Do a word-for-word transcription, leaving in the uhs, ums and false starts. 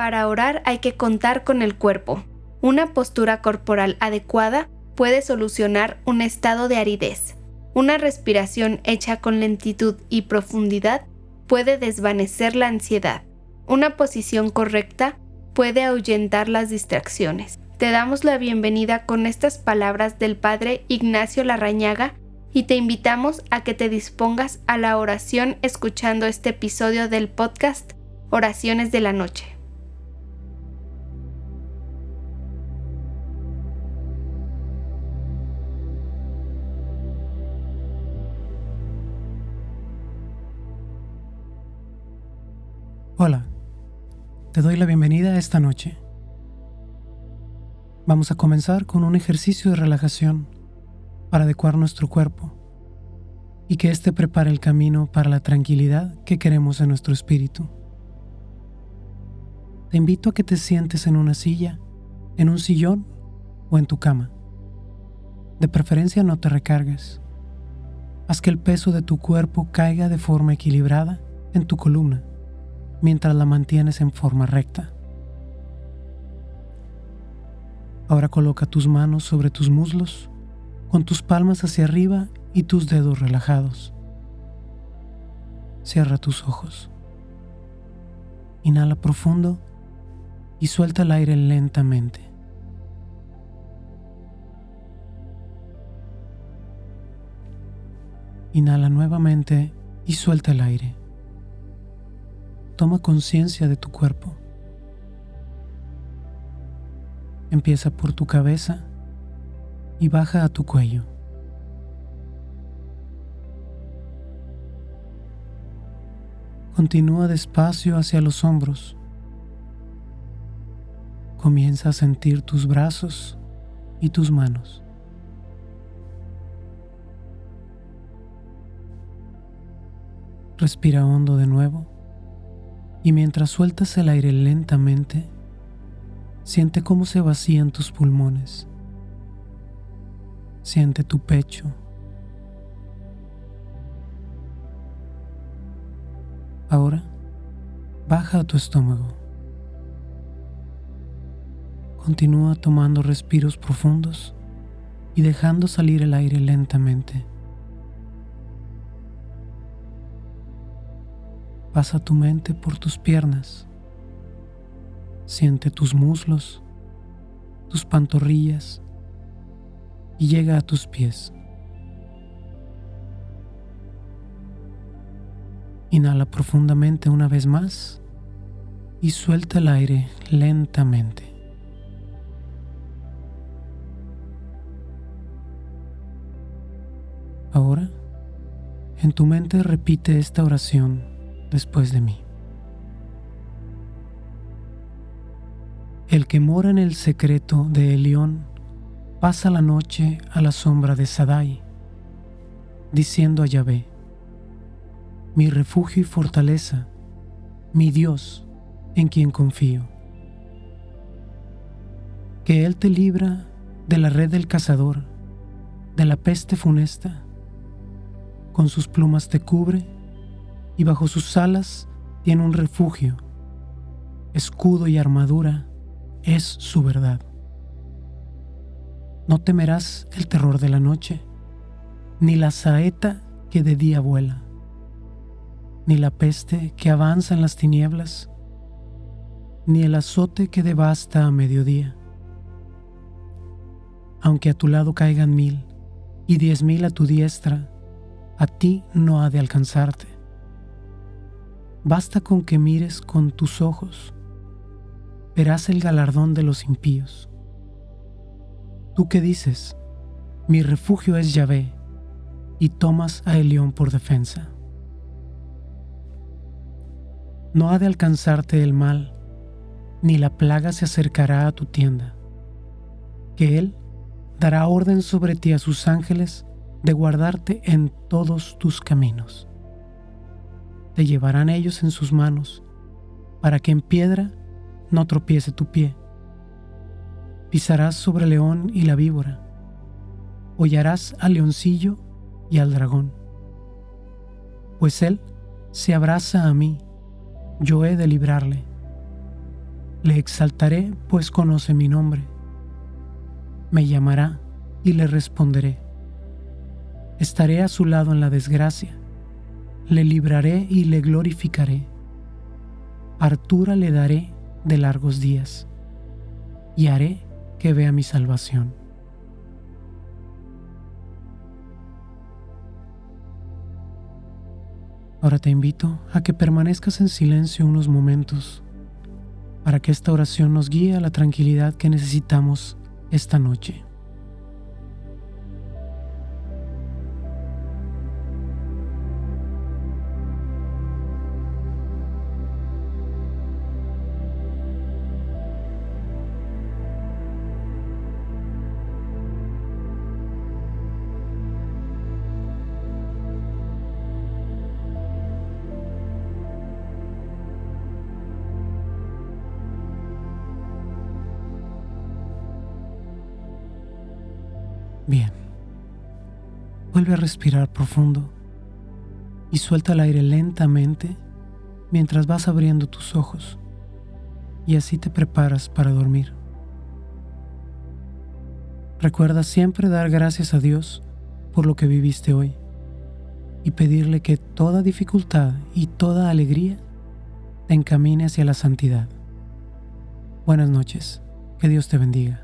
Para orar hay que contar con el cuerpo. Una postura corporal adecuada puede solucionar un estado de aridez. Una respiración hecha con lentitud y profundidad puede desvanecer la ansiedad. Una posición correcta puede ahuyentar las distracciones. Te damos la bienvenida con estas palabras del Padre Ignacio Larrañaga y te invitamos a que te dispongas a la oración escuchando este episodio del podcast Oraciones de la Noche. Hola, te doy la bienvenida a esta noche. Vamos a comenzar con un ejercicio de relajación para adecuar nuestro cuerpo y que éste prepare el camino para la tranquilidad que queremos en nuestro espíritu. Te invito a que te sientes en una silla, en un sillón o en tu cama. De preferencia no te recargues. Haz que el peso de tu cuerpo caiga de forma equilibrada en tu columna, mientras la mantienes en forma recta. Ahora coloca tus manos sobre tus muslos, con tus palmas hacia arriba y tus dedos relajados. Cierra tus ojos. Inhala profundo y suelta el aire lentamente. Inhala nuevamente y suelta el aire. Toma conciencia de tu cuerpo. Empieza por tu cabeza y baja a tu cuello. Continúa despacio hacia los hombros. Comienza a sentir tus brazos y tus manos. Respira hondo de nuevo. Y mientras sueltas el aire lentamente, siente cómo se vacían tus pulmones. Siente tu pecho. Ahora, baja a tu estómago. Continúa tomando respiros profundos y dejando salir el aire lentamente. Pasa tu mente por tus piernas. Siente tus muslos, tus pantorrillas y llega a tus pies. Inhala profundamente una vez más y suelta el aire lentamente. Ahora, en tu mente repite esta oración después de mí. El que mora en el secreto de Elión pasa la noche a la sombra de Sadai, diciendo a Yahvé: mi refugio y fortaleza, mi Dios, en quien confío. Que Él te libra de la red del cazador, de la peste funesta. Con sus plumas te cubre y bajo sus alas tiene un refugio. Escudo y armadura es su verdad. No temerás el terror de la noche, ni la saeta que de día vuela, ni la peste que avanza en las tinieblas, ni el azote que devasta a mediodía. Aunque a tu lado caigan mil y diez mil a tu diestra, a ti no ha de alcanzarte. Basta con que mires con tus ojos, verás el galardón de los impíos. Tú que dices: mi refugio es Yahvé, y tomas a Elión por defensa. No ha de alcanzarte el mal, ni la plaga se acercará a tu tienda, que Él dará orden sobre ti a sus ángeles de guardarte en todos tus caminos. Te llevarán ellos en sus manos, para que en piedra no tropiece tu pie. Pisarás sobre el león y la víbora, hollarás al leoncillo y al dragón. Pues él se abraza a mí, yo he de librarle. Le exaltaré, pues conoce mi nombre. Me llamará y le responderé. Estaré a su lado en la desgracia. Le libraré y le glorificaré. Hartura le daré de largos días, y haré que vea mi salvación. Ahora te invito a que permanezcas en silencio unos momentos para que esta oración nos guíe a la tranquilidad que necesitamos esta noche. Bien, vuelve a respirar profundo y suelta el aire lentamente mientras vas abriendo tus ojos y así te preparas para dormir. Recuerda siempre dar gracias a Dios por lo que viviste hoy y pedirle que toda dificultad y toda alegría te encamine hacia la santidad. Buenas noches, que Dios te bendiga.